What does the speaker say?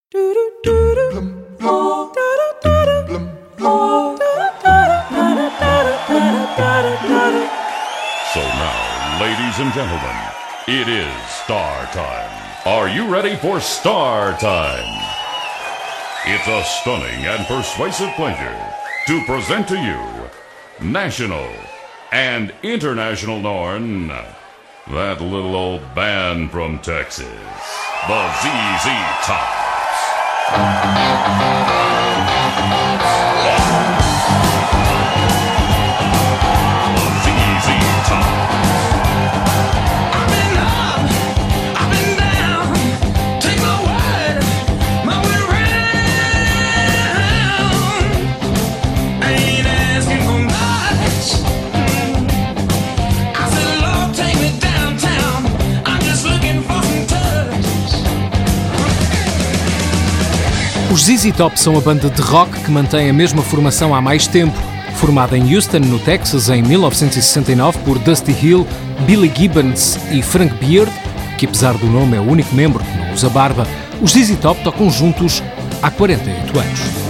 So now, ladies and gentlemen, it is Star Time. Are you ready for Star Time? It's a stunning and persuasive pleasure to present to you national and international Norn, that little old band from Texas, the ZZ Tops. Os ZZ Top são a banda de rock que mantém a mesma formação há mais tempo. Formada em Houston, no Texas, em 1969 por Dusty Hill, Billy Gibbons e Frank Beard, que apesar do nome é o único membro que não usa barba, os ZZ Top tocam juntos há 48 anos.